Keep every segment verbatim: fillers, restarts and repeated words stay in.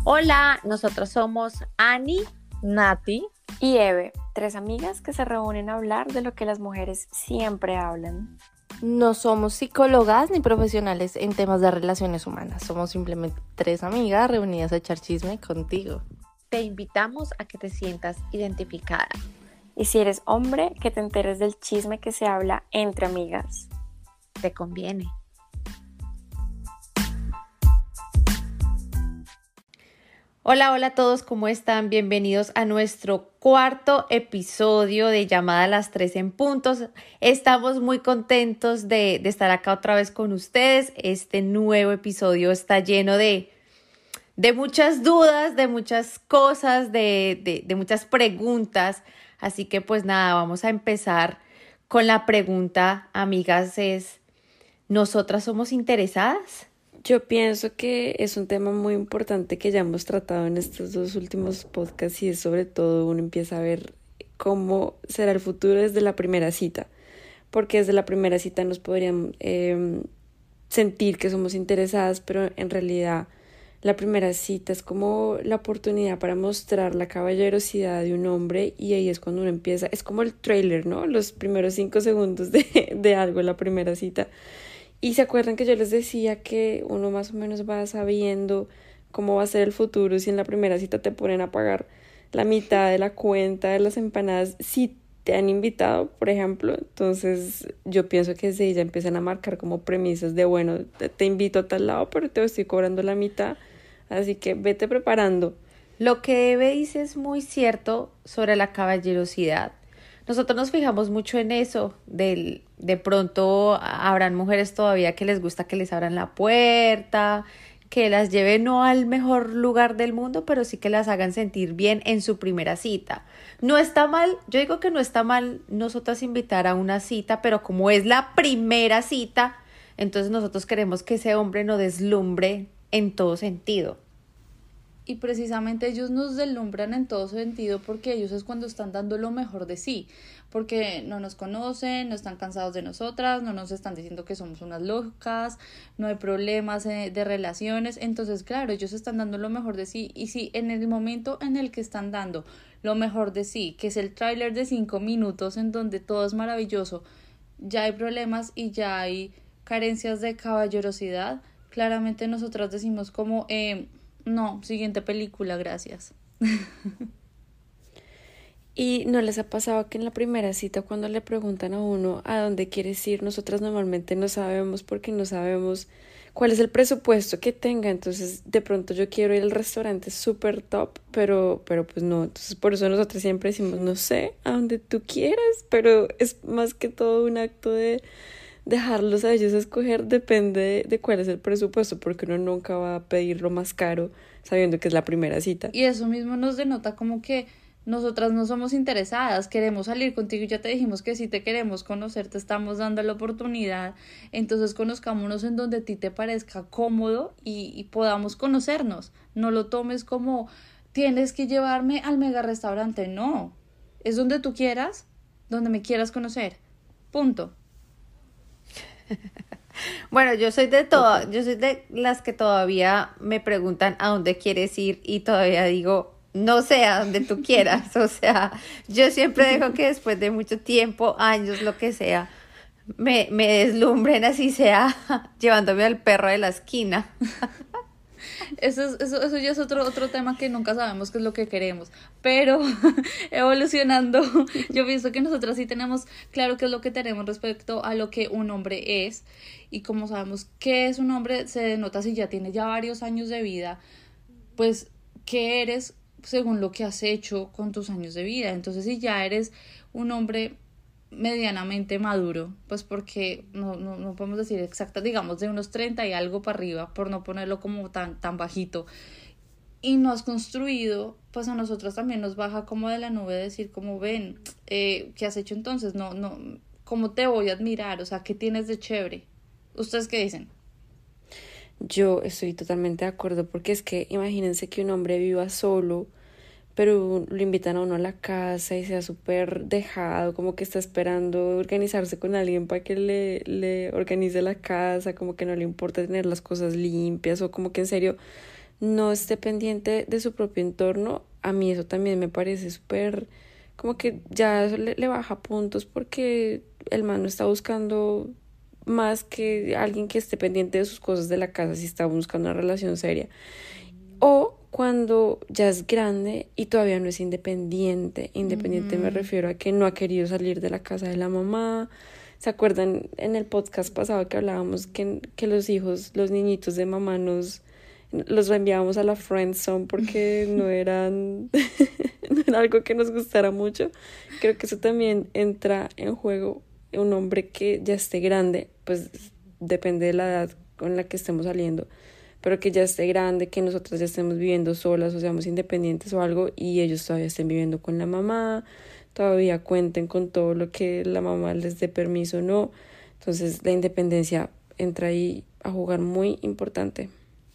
Hola, nosotros somos Ani, Nati y Eve, tres amigas que se reúnen a hablar de lo que las mujeres siempre hablan. No somos psicólogas ni profesionales en temas de relaciones humanas, somos simplemente tres amigas reunidas a echar chisme contigo. Te invitamos a que te sientas identificada. Y si eres hombre, que te enteres del chisme que se habla entre amigas. Te conviene. Hola, hola a todos, ¿cómo están? Bienvenidos a nuestro cuarto episodio de Llamada a las tres en puntos. Estamos muy contentos de, de estar acá otra vez con ustedes. Este nuevo episodio está lleno de, de muchas dudas, de muchas cosas, de, de, de muchas preguntas. Así que pues nada, vamos a empezar con la pregunta, amigas, es, ¿nosotras somos interesadas? Yo pienso que es un tema muy importante que ya hemos tratado en estos dos últimos podcasts y es sobre todo uno empieza a ver cómo será el futuro desde la primera cita, porque desde la primera cita nos podrían eh, sentir que somos interesadas, pero en realidad la primera cita es como la oportunidad para mostrar la caballerosidad de un hombre y ahí es cuando uno empieza, es como el tráiler, ¿no? Los primeros cinco segundos de, de algo en la primera cita. Y se acuerdan que yo les decía que uno más o menos va sabiendo cómo va a ser el futuro si en la primera cita te ponen a pagar la mitad de la cuenta de las empanadas si te han invitado, por ejemplo. Entonces yo pienso que desde ahí ya empiezan a marcar como premisas de, bueno, te, te invito a tal lado, pero te estoy cobrando la mitad, así que vete preparando. Lo que Eve dice es muy cierto sobre la caballerosidad. Nosotros nos fijamos mucho en eso, del, de pronto habrán mujeres todavía que les gusta que les abran la puerta, que las lleven no al mejor lugar del mundo, pero sí que las hagan sentir bien en su primera cita. No está mal, yo digo que no está mal nosotras invitar a una cita, pero como es la primera cita, entonces nosotros queremos que ese hombre nos deslumbre en todo sentido. Y precisamente ellos nos deslumbran en todo sentido porque ellos es cuando están dando lo mejor de sí, porque no nos conocen, no están cansados de nosotras, no nos están diciendo que somos unas locas, no hay problemas de relaciones, entonces claro, ellos están dando lo mejor de sí y si en el momento en el que están dando lo mejor de sí, que es el tráiler de cinco minutos en donde todo es maravilloso, ya hay problemas y ya hay carencias de caballerosidad, claramente nosotras decimos como... Eh, No, siguiente película, gracias. ¿Y no les ha pasado que en la primera cita cuando le preguntan a uno a dónde quieres ir, nosotras normalmente no sabemos porque no sabemos cuál es el presupuesto que tenga? Entonces de pronto yo quiero ir al restaurante súper top, pero, pero pues no, entonces por eso nosotros siempre decimos no sé, a donde tú quieras, pero es más que todo un acto de dejarlos a ellos escoger, depende de, de cuál es el presupuesto, porque uno nunca va a pedir lo más caro sabiendo que es la primera cita. Y eso mismo nos denota como que nosotras no somos interesadas, queremos salir contigo y ya te dijimos que si te queremos conocer, te estamos dando la oportunidad, entonces conozcámonos en donde a ti te parezca cómodo y, y podamos conocernos. No lo tomes como tienes que llevarme al mega restaurante, no, es donde tú quieras, donde me quieras conocer, punto. Bueno, yo soy de todo, yo soy de las que todavía me preguntan a dónde quieres ir y todavía digo, no sé, a donde tú quieras. O sea, yo siempre dejo que después de mucho tiempo, años, lo que sea, me, me deslumbren así sea llevándome al perro de la esquina. Eso, es, eso, eso ya es otro, otro tema que nunca sabemos qué es lo que queremos, pero evolucionando, yo pienso que nosotras sí tenemos claro qué es lo que tenemos respecto a lo que un hombre es, y como sabemos qué es un hombre, se denota si ya tiene ya varios años de vida, pues qué eres según lo que has hecho con tus años de vida. Entonces si ya eres un hombre medianamente maduro, pues porque no, no, no podemos decir exacta, digamos de unos treinta y algo para arriba, por no ponerlo como tan, tan bajito, y no has construido, pues a nosotros también nos baja como de la nube decir como ven, eh, ¿qué has hecho entonces? No, no, ¿cómo te voy a admirar? O sea, ¿qué tienes de chévere? ¿Ustedes qué dicen? Yo estoy totalmente de acuerdo porque es que imagínense que un hombre viva solo, pero lo invitan a uno a la casa y sea súper dejado, como que está esperando organizarse con alguien para que le, le organice la casa, como que no le importa tener las cosas limpias o como que en serio no esté pendiente de su propio entorno, a mí eso también me parece súper, como que ya eso le, le baja puntos porque el man no está buscando más que alguien que esté pendiente de sus cosas de la casa si está buscando una relación seria. O cuando ya es grande y todavía no es independiente. Independiente mm-hmm. me refiero a que no ha querido salir de la casa de la mamá. ¿Se acuerdan en el podcast pasado que hablábamos que, que los hijos, los niñitos de mamá nos los reenviábamos a la friend zone porque no eran no era algo que nos gustara mucho? Creo que eso también entra en juego. Un hombre que ya esté grande, pues depende de la edad con la que estemos saliendo, pero que ya esté grande, que nosotras ya estemos viviendo solas o seamos independientes o algo y ellos todavía estén viviendo con la mamá, todavía cuenten con todo lo que la mamá les dé permiso o no. Entonces la independencia entra ahí a jugar muy importante.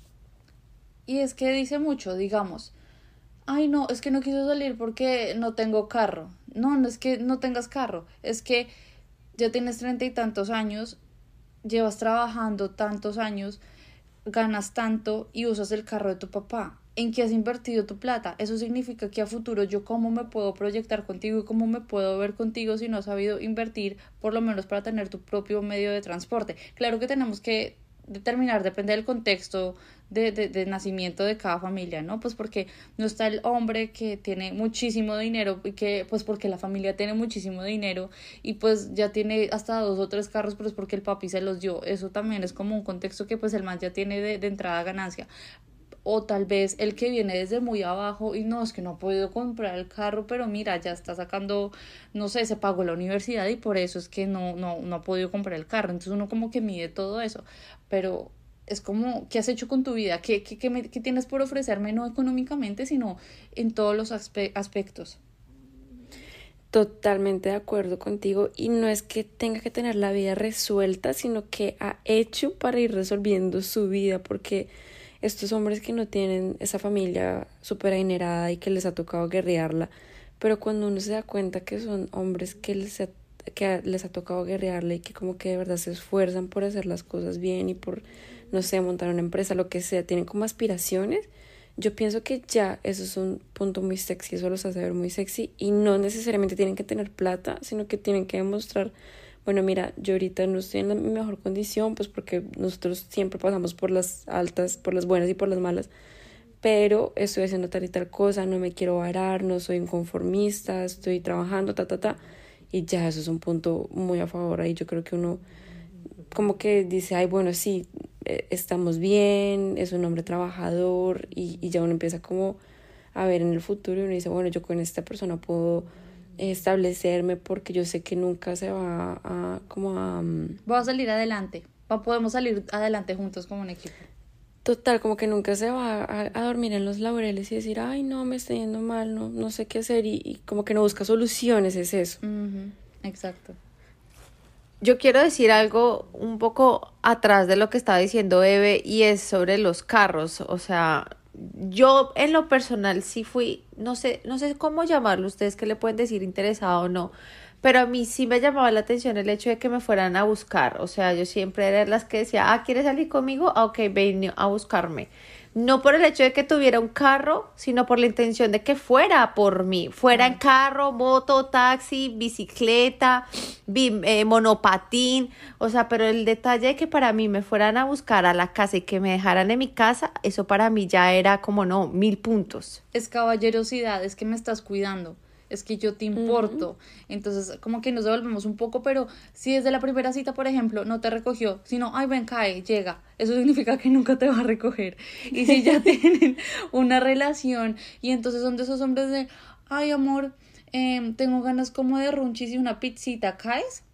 Y es que dice mucho, digamos, ay no, es que no quiso salir porque no tengo carro. No, no es que no tengas carro, es que ya tienes treinta y tantos años, llevas trabajando tantos años, ganas tanto y usas el carro de tu papá. ¿En qué has invertido tu plata? Eso significa que a futuro yo cómo me puedo proyectar contigo y cómo me puedo ver contigo si no has sabido invertir por lo menos para tener tu propio medio de transporte. Claro que tenemos que determinar, depende del contexto de, de, de nacimiento de cada familia, ¿no? Pues porque no está el hombre que tiene muchísimo dinero y que, pues porque la familia tiene muchísimo dinero y pues ya tiene hasta dos o tres carros, pero es porque el papi se los dio. Eso también es como un contexto que pues el man ya tiene de, de entrada ganancia. O tal vez el que viene desde muy abajo y no, es que no ha podido comprar el carro, pero mira, ya está sacando, no sé, se pagó la universidad y por eso es que no, no, no ha podido comprar el carro. Entonces uno como que mide todo eso, pero es como, ¿qué has hecho con tu vida? ¿Qué, qué, qué, me, qué tienes por ofrecerme? No económicamente, sino en todos los aspe- aspectos. Totalmente de acuerdo contigo, y no es que tenga que tener la vida resuelta, sino que ha hecho para ir resolviendo su vida, porque estos hombres que no tienen esa familia súper adinerada y que les ha tocado guerrearla, pero cuando uno se da cuenta que son hombres que les ha, que les ha tocado guerrearla y que como que de verdad se esfuerzan por hacer las cosas bien y por, no sé, montar una empresa, lo que sea, tienen como aspiraciones, yo pienso que ya eso es un punto muy sexy, eso los hace ver muy sexy, y no necesariamente tienen que tener plata, sino que tienen que demostrar, bueno, mira, yo ahorita no estoy en la mejor condición, pues porque nosotros siempre pasamos por las altas, por las buenas y por las malas, pero estoy haciendo tal y tal cosa, no me quiero varar, no soy un conformista, estoy trabajando, ta, ta, ta, y ya eso es un punto muy a favor. Ahí yo creo que uno como que dice, ay, bueno, sí, estamos bien, es un hombre trabajador, y, y ya uno empieza como a ver en el futuro y uno dice, bueno, yo con esta persona puedo establecerme porque yo sé que nunca se va a como a um... va a salir adelante, podemos salir adelante juntos como un equipo. Total, como que nunca se va a, a dormir en los laureles y decir, ay no, me está yendo mal, no, no sé qué hacer, y, y como que no busca soluciones, es eso. Uh-huh. Exacto. Yo quiero decir algo un poco atrás de lo que estaba diciendo Eve, y es sobre los carros. O sea, yo en lo personal sí fui, no sé, no sé cómo llamarlo, ustedes que le pueden decir interesado o no, pero a mí sí me llamaba la atención el hecho de que me fueran a buscar. O sea, yo siempre era de las que decía, ah, ¿quieres salir conmigo? Ah, ok, ven a buscarme. No por el hecho de que tuviera un carro, sino por la intención de que fuera por mí. Fuera en carro, moto, taxi, bicicleta, bi- eh, monopatín. O sea, pero el detalle de que para mí me fueran a buscar a la casa y que me dejaran en mi casa, eso para mí ya era como, no, mil puntos. Es caballerosidad, es que me estás cuidando, es que yo te importo. Uh-huh. Entonces como que nos devolvemos un poco, pero si desde la primera cita, por ejemplo, no te recogió, sino, ay, ven, cae, llega, eso significa que nunca te va a recoger. Y si ya tienen una relación y entonces son de esos hombres de, ay, amor, eh, tengo ganas como de runchis y una pizzita, ¿caes?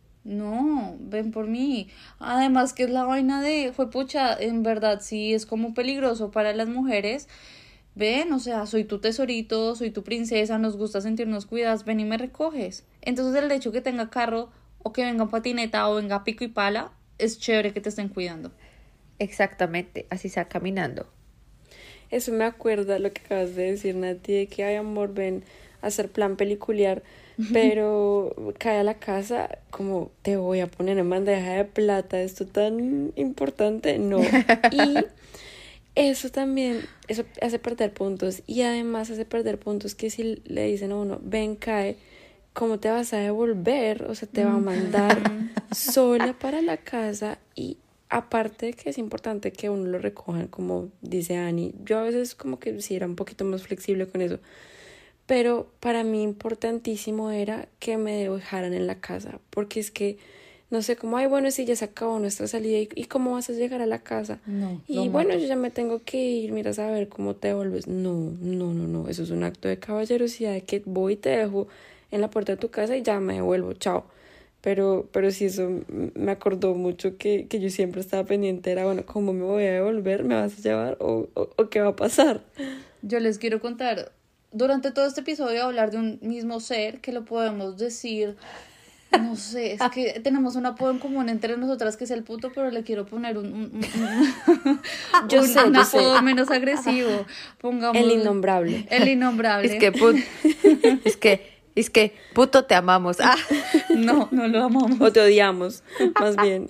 No, ven por mí. Además que es la vaina de, fue pucha, en verdad sí es como peligroso para las mujeres. Ven, o sea, soy tu tesorito, soy tu princesa, nos gusta sentirnos cuidadas, ven y me recoges. Entonces el hecho que tenga carro o que venga patineta o venga pico y pala, es chévere que te estén cuidando. Exactamente, así sea caminando. Eso me acuerda lo que acabas de decir, Nati, de que, ay, amor, ven a hacer plan peliculiar, pero cae a la casa como, te voy a poner en bandeja de plata esto tan importante, no. Y eso también, eso hace perder puntos y además hace perder puntos que si le dicen a uno, ven, cae, ¿cómo te vas a devolver? O sea, te va a mandar sola para la casa y aparte de que es importante que uno lo recojan, como dice Ani, yo a veces como que sí era un poquito más flexible con eso, pero para mí importantísimo era que me dejaran en la casa, porque es que no sé, como, ay, bueno, si ya se acabó nuestra salida, ¿y, y cómo vas a llegar a la casa? No, y bueno, yo ya me tengo que ir, miras a ver cómo te devuelves. No, no, no, no, eso es un acto de caballerosidad, de que voy y te dejo en la puerta de tu casa y ya me devuelvo, chao. Pero, pero sí, eso me acordó mucho que, que yo siempre estaba pendiente, era, bueno, ¿cómo me voy a devolver? ¿Me vas a llevar? ¿O, o, o qué va a pasar? Yo les quiero contar, durante todo este episodio, hablar de un mismo ser que lo podemos decir... No sé, es que tenemos un apodo en común entre nosotras que es el puto, pero le quiero poner un, un, un, un, yo un, sé, un yo apodo sé. menos agresivo. Pongamos el innombrable. El innombrable. Es que, put, es que, es que, puto, te amamos. Ah. No, no lo amamos. O te odiamos, más bien.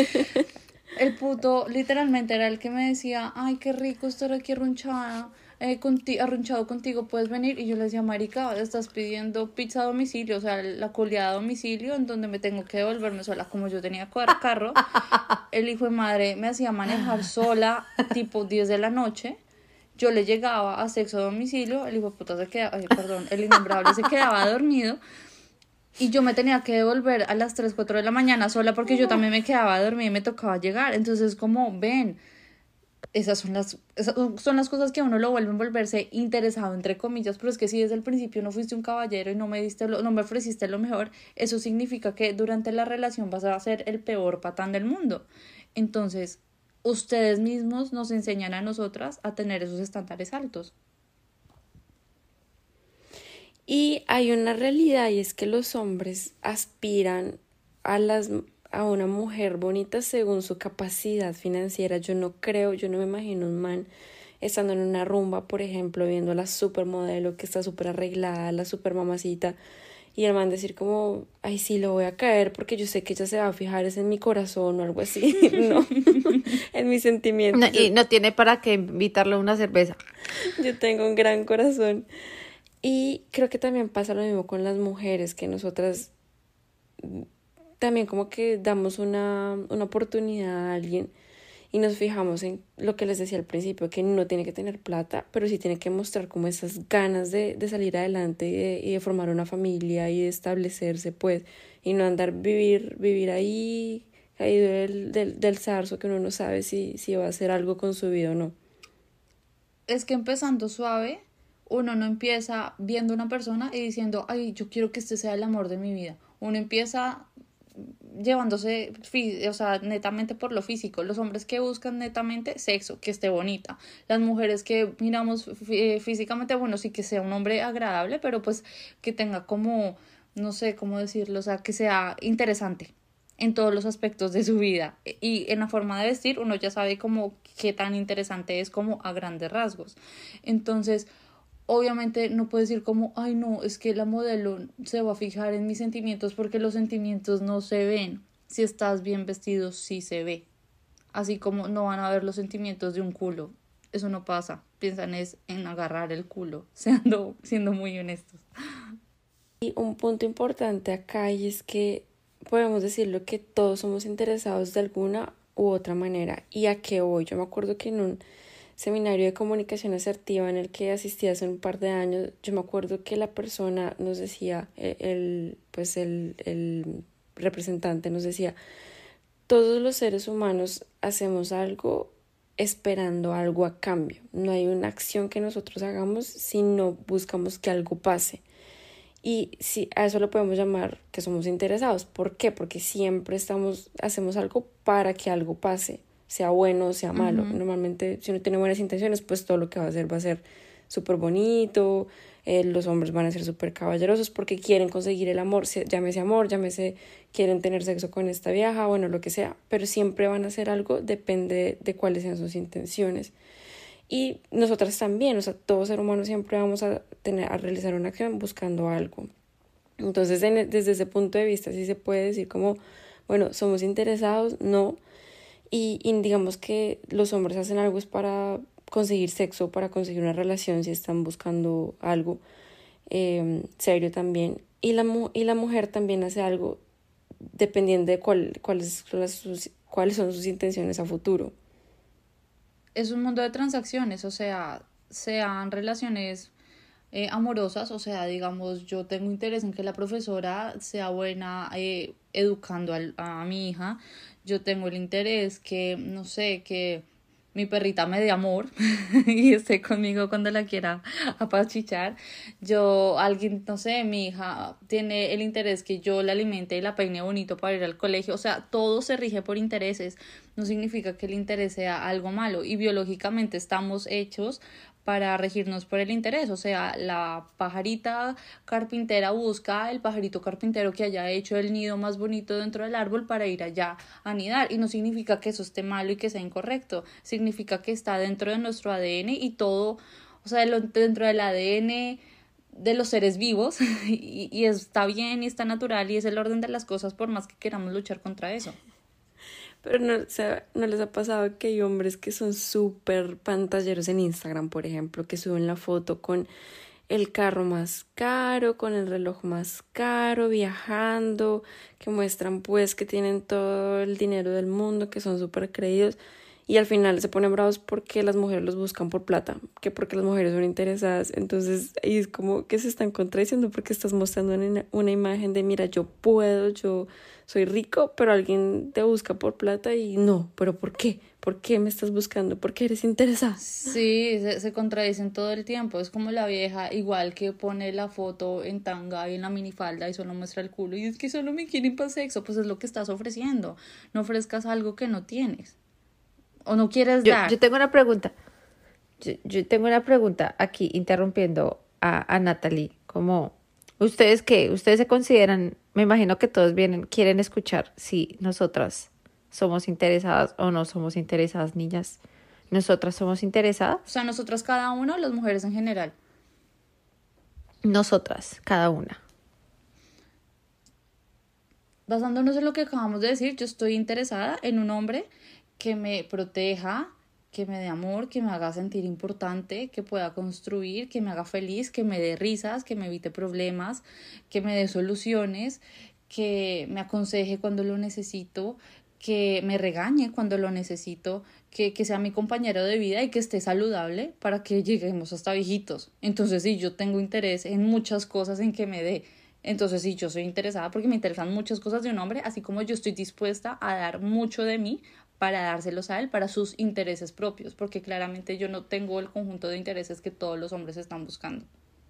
El puto literalmente era el que me decía, ay, qué rico estar aquí arrunchada. Eh, conti- arrunchado contigo, puedes venir. Y yo le decía, marica, estás pidiendo pizza a domicilio, o sea, la culiada a domicilio en donde me tengo que devolverme sola. Como yo tenía carro, el hijo de madre me hacía manejar sola tipo diez de la noche. Yo le llegaba a sexo a domicilio, el hijo de puta se quedaba, ay, perdón, el innombrable se quedaba dormido y yo me tenía que devolver a las tres, cuatro de la mañana sola porque yo también me quedaba dormida y me tocaba llegar. Entonces, como ven, esas son las, esas son las cosas que a uno lo vuelven a volverse interesado, entre comillas, pero es que si desde el principio no fuiste un caballero y no me diste lo, no me ofreciste lo mejor, eso significa que durante la relación vas a ser el peor patán del mundo. Entonces, ustedes mismos nos enseñan a nosotras a tener esos estándares altos. Y hay una realidad y es que los hombres aspiran a las a una mujer bonita según su capacidad financiera. Yo no creo, yo no me imagino un man estando en una rumba, por ejemplo, viendo a la supermodelo que está súper arreglada, la super mamacita, y el man decir como, ay, sí, lo voy a caer porque yo sé que ella se va a fijar es en mi corazón o algo así, no, en mis sentimientos. No, y no tiene para qué invitarle a una cerveza. Yo tengo un gran corazón. Y creo que también pasa lo mismo con las mujeres, que nosotras también como que damos una, una oportunidad a alguien y nos fijamos en lo que les decía al principio, que no tiene que tener plata, pero sí tiene que mostrar como esas ganas de, de salir adelante y de, y de formar una familia y de establecerse, pues, y no andar vivir, vivir ahí, caído del, del, del zarzo que uno no sabe si, si va a hacer algo con su vida o no. Es que empezando suave, uno no empieza viendo a una persona y diciendo, ay, yo quiero que este sea el amor de mi vida. Uno empieza llevándose, o sea, netamente por lo físico. Los hombres que buscan netamente sexo, que esté bonita. Las mujeres que miramos fí- físicamente, bueno, sí que sea un hombre agradable, pero pues que tenga como, no sé cómo decirlo, o sea, que sea interesante en todos los aspectos de su vida. Y en la forma de vestir, uno ya sabe como qué tan interesante es como a grandes rasgos. Entonces, obviamente no puedes decir como, ay no, es que la modelo se va a fijar en mis sentimientos porque los sentimientos no se ven. Si estás bien vestido, sí se ve. Así como no van a ver los sentimientos de un culo. Eso no pasa. Piensan es en agarrar el culo, siendo, siendo muy honestos. Y un punto importante acá y es que podemos decirlo que todos somos interesados de alguna u otra manera. ¿Y a qué voy? Yo me acuerdo que en un seminario de comunicación asertiva en el que asistí hace un par de años, yo me acuerdo que la persona nos decía, el, pues el, el representante nos decía, todos los seres humanos hacemos algo esperando algo a cambio. No hay una acción que nosotros hagamos si no buscamos que algo pase. Y sí, a eso lo podemos llamar que somos interesados. ¿Por qué? Porque siempre estamos, hacemos algo para que algo pase, sea bueno o sea malo. Uh-huh. Normalmente, si uno tiene buenas intenciones, pues todo lo que va a hacer va a ser súper bonito. Eh, los hombres van a ser súper caballerosos porque quieren conseguir el amor, llámese amor, llámese quieren tener sexo con esta vieja, bueno, lo que sea. Pero siempre van a hacer algo, depende de cuáles sean sus intenciones. Y nosotras también, o sea, todo ser humano siempre vamos a tener a realizar una acción buscando algo. Entonces, en, desde ese punto de vista, sí se puede decir como, bueno, somos interesados, no. Y, y digamos que los hombres hacen algo es para conseguir sexo, para conseguir una relación, si están buscando algo eh, serio también. Y la, y la mujer también hace algo dependiendo de cuál, cuáles, sus, cuáles son sus intenciones a futuro. Es un mundo de transacciones, o sea, sean relaciones eh, amorosas, o sea, digamos, yo tengo interés en que la profesora sea buena eh, educando a, a mi hija, yo tengo el interés que, no sé, que mi perrita me dé amor y esté conmigo cuando la quiera apachichar. Yo, alguien, no sé, mi hija tiene el interés que yo la alimente y la peine bonito para ir al colegio. O sea, todo se rige por intereses. No significa que el interés sea algo malo. Y biológicamente estamos hechos para regirnos por el interés. O sea, la pajarita carpintera busca el pajarito carpintero que haya hecho el nido más bonito dentro del árbol para ir allá a anidar. Y no significa que eso esté malo y que sea incorrecto. Significa que está dentro de nuestro A D N y todo, o sea, dentro del A D N de los seres vivos y, y está bien y está natural y es el orden de las cosas por más que queramos luchar contra eso. Pero no, o sea, ¿no les ha pasado que hay hombres que son súper pantalleros en Instagram, por ejemplo, que suben la foto con el carro más caro, con el reloj más caro, viajando, que muestran pues que tienen todo el dinero del mundo, que son súper creídos, y al final se ponen bravos porque las mujeres los buscan por plata, que porque las mujeres son interesadas? Entonces ahí es como que se están contradiciendo porque estás mostrando una, una imagen de mira, yo puedo, yo soy rico, pero alguien te busca por plata y no, pero ¿por qué? ¿Por qué me estás buscando? ¿Por qué eres interesada? Sí, se, se contradicen todo el tiempo. Es como la vieja, igual que pone la foto en tanga y en la minifalda y solo muestra el culo. Y es que solo me quieren para sexo. Pues es lo que estás ofreciendo. No ofrezcas algo que no tienes. O no quieres Yo, dar. yo tengo una pregunta. Yo, yo tengo una pregunta aquí, interrumpiendo a, a Natalie. Como, ¿ustedes qué? ¿Ustedes se consideran? Me imagino que todos vienen, quieren escuchar si nosotras somos interesadas o no somos interesadas, niñas. ¿Nosotras somos interesadas? O sea, nosotras cada una o las mujeres en general. Nosotras, cada una. Basándonos en lo que acabamos de decir, yo estoy interesada en un hombre que me proteja, que me dé amor, que me haga sentir importante, que pueda construir, que me haga feliz, que me dé risas, que me evite problemas, que me dé soluciones, que me aconseje cuando lo necesito, que me regañe cuando lo necesito, que, que sea mi compañero de vida y que esté saludable para que lleguemos hasta viejitos. Entonces sí, yo tengo interés en muchas cosas en que me dé. Entonces sí, yo soy interesada porque me interesan muchas cosas de un hombre, así como yo estoy dispuesta a dar mucho de mí para dárselos a él, para sus intereses propios, porque claramente yo no tengo el conjunto de intereses que todos los hombres están buscando.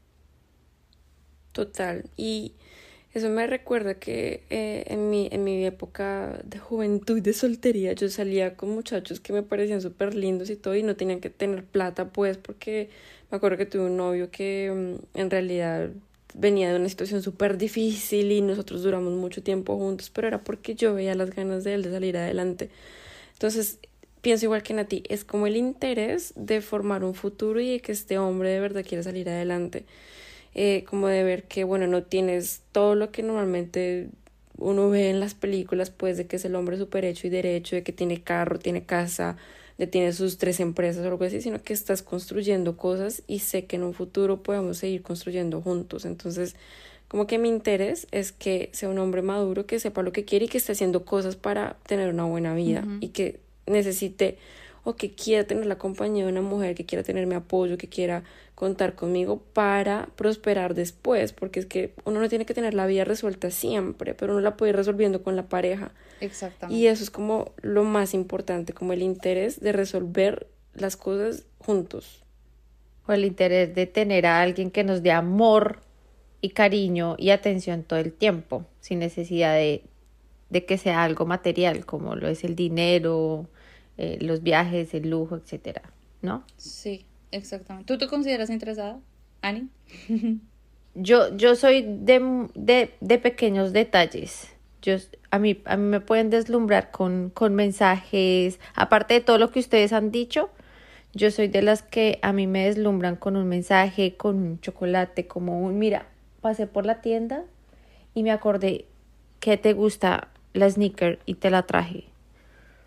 Total, y eso me recuerda que eh, en, mi, en mi época de juventud, de soltería, yo salía con muchachos que me parecían súper lindos y todo, y no tenían que tener plata, pues, porque me acuerdo que tuve un novio que um, en realidad venía de una situación súper difícil y nosotros duramos mucho tiempo juntos, pero era porque yo veía las ganas de él de salir adelante. Entonces, pienso igual que Nati, es como el interés de formar un futuro y de que este hombre de verdad quiere salir adelante. Eh, como de ver que, bueno, no tienes todo lo que normalmente uno ve en las películas, pues, de que es el hombre súper hecho y derecho, de que tiene carro, tiene casa, de tiene sus tres empresas o algo así, sino que estás construyendo cosas y sé que en un futuro podemos seguir construyendo juntos. Entonces, como que mi interés es que sea un hombre maduro, que sepa lo que quiere y que esté haciendo cosas para tener una buena vida, uh-huh. y que necesite o que quiera tener la compañía de una mujer, que quiera tener mi apoyo, que quiera contar conmigo para prosperar después, porque es que uno no tiene que tener la vida resuelta siempre, pero uno la puede ir resolviendo con la pareja. Exactamente. Y eso es como lo más importante, como el interés de resolver las cosas juntos. O el interés de tener a alguien que nos dé amor y cariño y atención todo el tiempo, sin necesidad de, de que sea algo material, como lo es el dinero, eh, los viajes, el lujo, etcétera, ¿no? Sí, exactamente. ¿Tú te consideras interesada, Ani? yo, yo soy de, de, de pequeños detalles. Yo, a, mí, a mí me pueden deslumbrar con, con mensajes, aparte de todo lo que ustedes han dicho. Yo soy de las que a mí me deslumbran con un mensaje, con un chocolate, como un, mira, pasé por la tienda y me acordé que te gusta la sneaker y te la traje.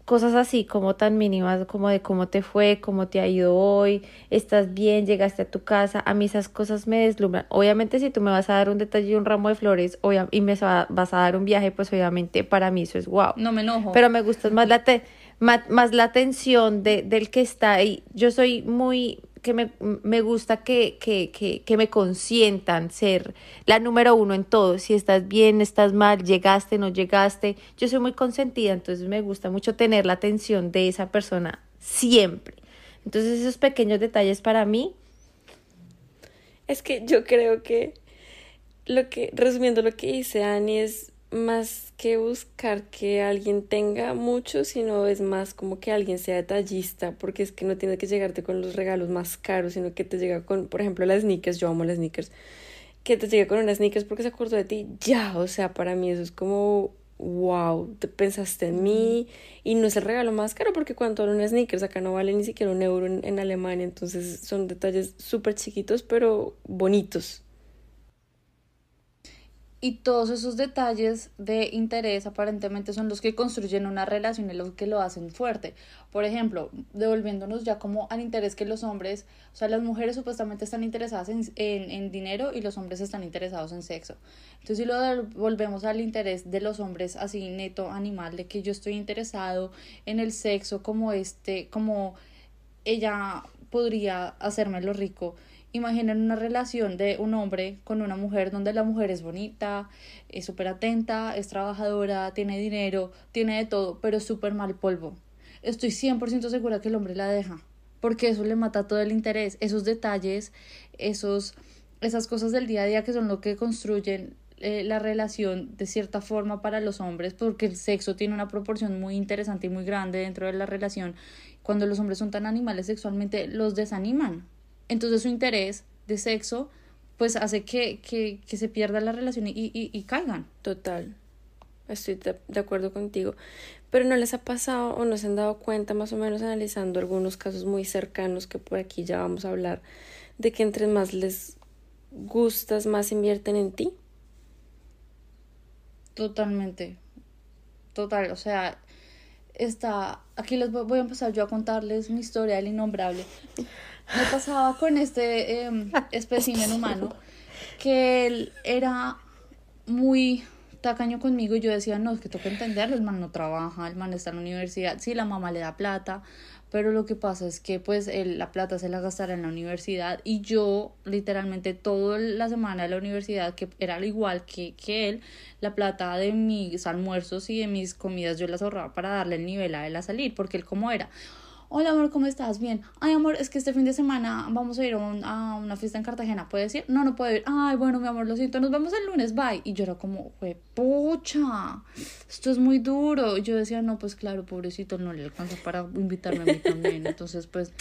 cosas así como tan mínimas, como de cómo te fue, cómo te ha ido hoy, estás bien, llegaste a tu casa. A mí esas cosas me deslumbran. Obviamente si tú me vas a dar un detalle y un ramo de flores obvia- y me va- vas a dar un viaje, pues obviamente para mí eso es guau. No me enojo. Pero me gusta más la, te- ma- más, la atención de, del que está ahí. Yo soy muy, que me, me gusta que, que, que, que me consientan, ser la número uno en todo. Si estás bien, estás mal, llegaste, no llegaste. Yo soy muy consentida, entonces me gusta mucho tener la atención de esa persona siempre. Entonces esos pequeños detalles para mí, Es que yo creo que lo que, resumiendo lo que dice Ani, es más que buscar que alguien tenga mucho, sino es más como que alguien sea detallista, porque es que no tiene que llegarte con los regalos más caros, sino que te llega con, por ejemplo, las sneakers. Yo amo las sneakers, que te llega con unas sneakers porque se acordó de ti, ya, o sea, para mí eso es como, wow, te pensaste en mí, y no es el regalo más caro, porque cuando vale una sneakers acá no vale ni siquiera un euro en, en Alemania, entonces son detalles súper chiquitos, pero bonitos. Y todos esos detalles de interés aparentemente son los que construyen una relación y los que lo hacen fuerte. Por ejemplo, devolviéndonos ya como al interés que los hombres, o sea, las mujeres supuestamente están interesadas en, en, en dinero y los hombres están interesados en sexo. Entonces, si lo volvemos al interés de los hombres así neto animal, de que yo estoy interesado en el sexo como este, como ella podría hacérmelo rico. Imaginen una relación de un hombre con una mujer donde la mujer es bonita, es súper atenta, es trabajadora, tiene dinero, tiene de todo, pero es súper mal polvo. Estoy cien por ciento segura que el hombre la deja, porque eso le mata todo el interés, esos detalles, esos, esas cosas del día a día que son lo que construyen eh, la relación de cierta forma para los hombres, porque el sexo tiene una proporción muy interesante y muy grande dentro de la relación. Cuando los hombres son tan animales sexualmente, los desaniman. Entonces su interés de sexo pues hace que, que, que se pierda la relación y, y, y caigan. Total, estoy de, de acuerdo contigo. Pero ¿no les ha pasado o no se han dado cuenta, más o menos analizando algunos casos muy cercanos que por aquí ya vamos a hablar, de que entre más les gustas, más invierten en ti? Totalmente. Total, o sea, está, aquí les voy, voy a empezar yo a contarles mi historia del innombrable. Me pasaba con este eh, espécimen humano que él era muy tacaño conmigo y yo decía, no, es que tengo que entenderlo, el man no trabaja, el man está en la universidad, sí, la mamá le da plata, pero lo que pasa es que pues él, la plata se la gastará en la universidad y yo literalmente toda la semana de la universidad, que era al igual que, que él, la plata de mis almuerzos y de mis comidas yo las ahorraba para darle el nivel a él a salir, porque él como era, hola amor, ¿cómo estás? Bien. Ay amor, es que este fin de semana vamos a ir a, un, a una fiesta en Cartagena, ¿puedes ir? No, no puedo ir. Ay, bueno mi amor, lo siento, nos vemos el lunes, bye. Y yo era como, pucha, esto es muy duro. Y yo decía, no, pues claro, pobrecito, no le alcanza para invitarme a mí también. Entonces pues...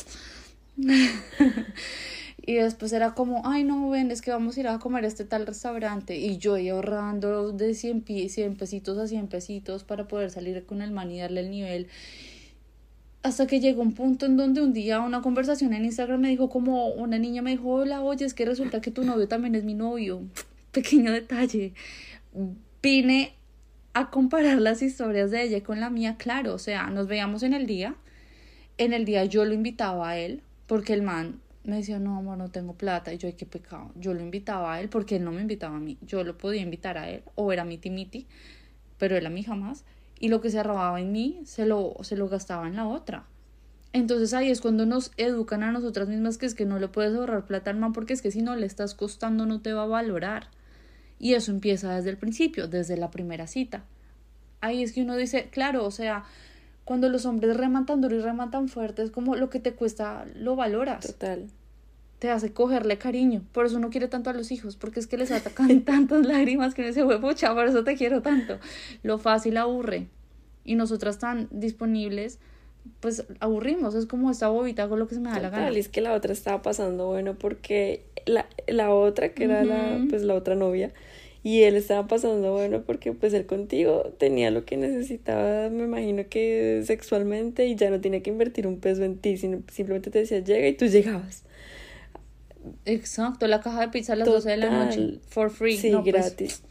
Y después era como, ay no, ven, es que vamos a ir a comer a este tal restaurante. Y yo iba ahorrando de cien, cien pesitos a cien pesitos para poder salir con el man y darle el nivel. Hasta que llegó un punto en donde un día una conversación en Instagram me dijo como, una niña me dijo, hola, oye, es que resulta que tu novio también es mi novio. Pequeño detalle. Vine a comparar las historias de ella con la mía, claro, o sea, nos veíamos en el día. En el día yo lo invitaba a él, porque el man me decía, no, amor, no tengo plata. Y yo, ay, qué pecado. Yo lo invitaba a él porque él no me invitaba a mí. Yo lo podía invitar a él, o era miti miti, pero él a mí jamás. Y lo que se robaba en mí se lo, se lo gastaba en la otra. Entonces ahí es cuando nos educan a nosotras mismas que es que no le puedes ahorrar plata al man porque es que si no le estás costando no te va a valorar. Y eso empieza desde el principio, desde la primera cita. Ahí es que uno dice, claro, o sea, cuando los hombres reman tan duro y reman tan fuerte, es como lo que te cuesta lo valoras. Total. Te hace cogerle cariño. Por eso uno quiere tanto a los hijos, porque es que les atacan tantas lágrimas que uno dice, pucha, por eso te quiero tanto. Lo fácil aburre. Y nosotras tan disponibles, pues aburrimos. Es como esta bobita con lo que se me da Total, la gana. es que la otra estaba pasando bueno porque la, la otra, que era uh-huh. la, pues la otra novia, y él estaba pasando bueno porque pues él contigo tenía lo que necesitaba, me imagino que sexualmente, y ya no tenía que invertir un peso en ti, sino simplemente te decía, llega, y tú llegabas. Exacto, la caja de pizza a las Total. doce de la noche, for free. Sí, no, gratis. Pues,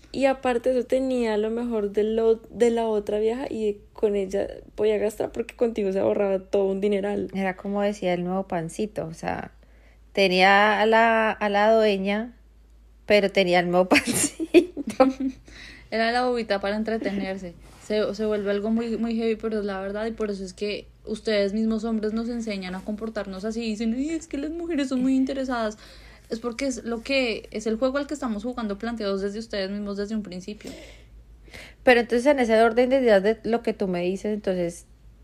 Y aparte eso tenía lo mejor de, lo, de la otra vieja y con ella podía gastar porque contigo se ahorraba todo un dineral. Era como decía el nuevo pancito, o sea, tenía a la, a la dueña, pero tenía el nuevo pancito. Era la bobita para entretenerse. Se, se vuelve algo muy, muy heavy, pero es la verdad, y por eso es que ustedes mismos hombres nos enseñan a comportarnos así. Dicen, ay, es que las mujeres son muy interesadas. Es porque es lo que es el juego al que estamos jugando planteados desde ustedes mismos desde un principio. Pero entonces en ese orden de ideas de lo que tú me dices, entonces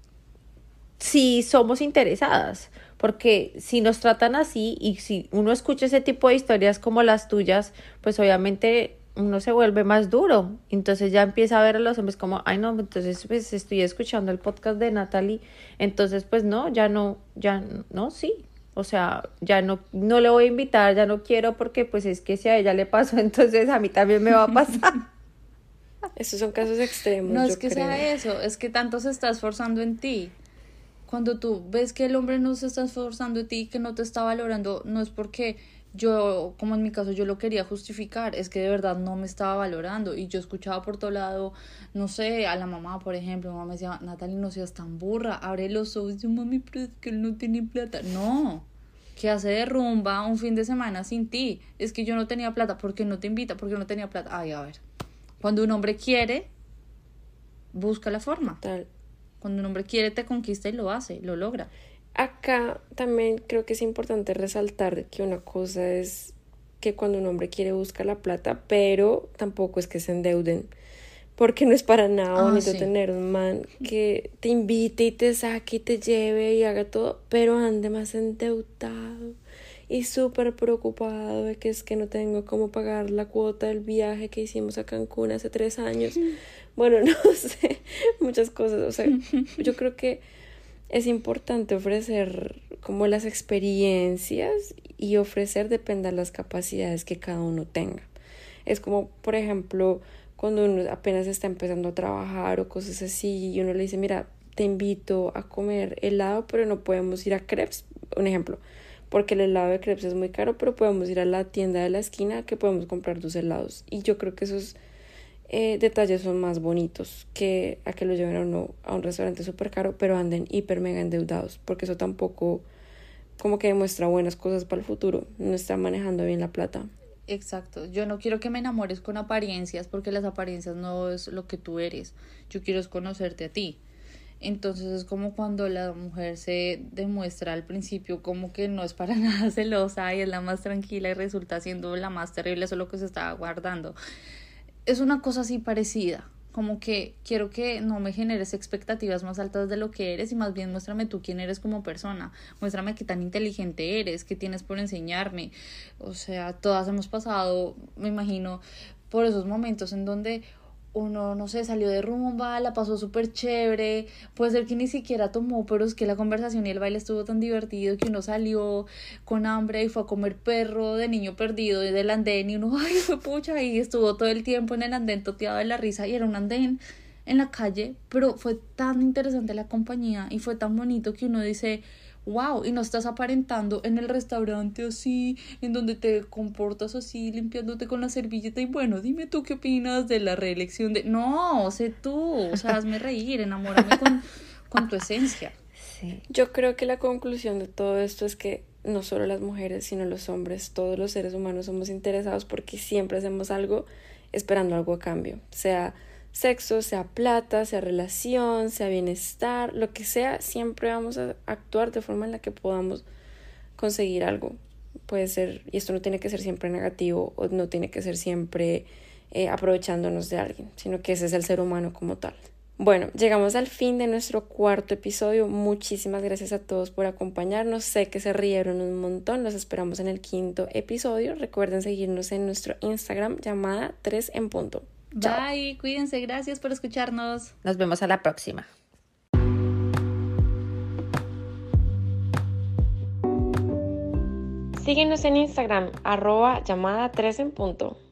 sí somos interesadas, porque si nos tratan así y si uno escucha ese tipo de historias como las tuyas, pues obviamente uno se vuelve más duro. Entonces ya empieza a ver a los hombres como, ay no, entonces pues estoy escuchando el podcast de Natalie, entonces pues no, ya no, ya no, sí. O sea, ya no, no le voy a invitar, ya no quiero porque pues es que si a ella le pasó, entonces a mí también me va a pasar. Esos son casos extremos. No yo es que creo. sea eso, es que tanto se está esforzando en ti. Cuando tú ves que el hombre no se está esforzando en ti, que no te está valorando, no es porque yo, como en mi caso, yo lo quería justificar, es que de verdad no me estaba valorando. Y yo escuchaba por todo lado, no sé, a la mamá, por ejemplo, mi mamá me decía, Natalie, no seas tan burra, abre los ojos. Y yo, mami, pero es que él no tiene plata. No, que hace de rumba un fin de semana sin ti. Es que yo no tenía plata, ¿por qué no te invita? Porque no tenía plata. Ay, a ver, cuando un hombre quiere, busca la forma. Tal. Cuando un hombre quiere, te conquista y lo hace, lo logra. Acá también creo que es importante resaltar que una cosa es que cuando un hombre quiere busca la plata, pero tampoco es que se endeuden, porque no es para nada Ah, bonito sí. tener un man que te invite y te saque y te lleve y haga todo, pero ande más endeudado y súper preocupado de que es que no tengo cómo pagar la cuota del viaje que hicimos a Cancún hace tres años. Bueno, no sé, muchas cosas, o sea, yo creo que es importante ofrecer como las experiencias y ofrecer depende de las capacidades que cada uno tenga. Es como, por ejemplo, cuando uno apenas está empezando a trabajar o cosas así y uno le dice, mira, te invito a comer helado, pero no podemos ir a crepes, un ejemplo, porque el helado de crepes es muy caro, pero podemos ir a la tienda de la esquina que podemos comprar tus helados. Y yo creo que esos eh, detalles son más bonitos que a que lo lleven a uno a un restaurante súper caro, pero anden hiper mega endeudados, porque eso tampoco como que demuestra buenas cosas para el futuro, no está manejando bien la plata. Exacto, yo no quiero que me enamores con apariencias porque las apariencias no es lo que tú eres, yo quiero es conocerte a ti. Entonces es como cuando la mujer se demuestra al principio como que no es para nada celosa y es la más tranquila y resulta siendo la más terrible, eso es lo que se está guardando. Es una cosa así parecida, como que quiero que no me generes expectativas más altas de lo que eres y más bien muéstrame tú quién eres como persona, muéstrame qué tan inteligente eres, qué tienes por enseñarme. O sea, todas hemos pasado, me imagino, por esos momentos en donde uno, no sé, salió de rumba, la pasó súper chévere, puede ser que ni siquiera tomó, pero es que la conversación y el baile estuvo tan divertido que uno salió con hambre y fue a comer perro de niño perdido del andén y uno, ay, fue pucha, y estuvo todo el tiempo en el andén toteado de la risa y era un andén en la calle, pero fue tan interesante la compañía y fue tan bonito que uno dice, wow, y no estás aparentando en el restaurante así, en donde te comportas así, limpiándote con la servilleta y bueno, dime tú qué opinas de la reelección de... No, sé tú, o sea, hazme reír, enamórame con, con tu esencia. Sí. Yo creo que la conclusión de todo esto es que no solo las mujeres, sino los hombres, todos los seres humanos somos interesados porque siempre hacemos algo esperando algo a cambio, sea sexo, sea plata, sea relación, sea bienestar, lo que sea, siempre vamos a actuar de forma en la que podamos conseguir algo. Puede ser, y esto no tiene que ser siempre negativo o no tiene que ser siempre eh, aprovechándonos de alguien, sino que ese es el ser humano como tal. Bueno, llegamos al fin de nuestro cuarto episodio. Muchísimas gracias a todos por acompañarnos. Sé que se rieron un montón. Los esperamos en el quinto episodio. Recuerden seguirnos en nuestro Instagram llamada tres en punto. Chao. Bye, cuídense, gracias por escucharnos. Nos vemos a la próxima. Síguenos en Instagram, arroba llamada tres en punto.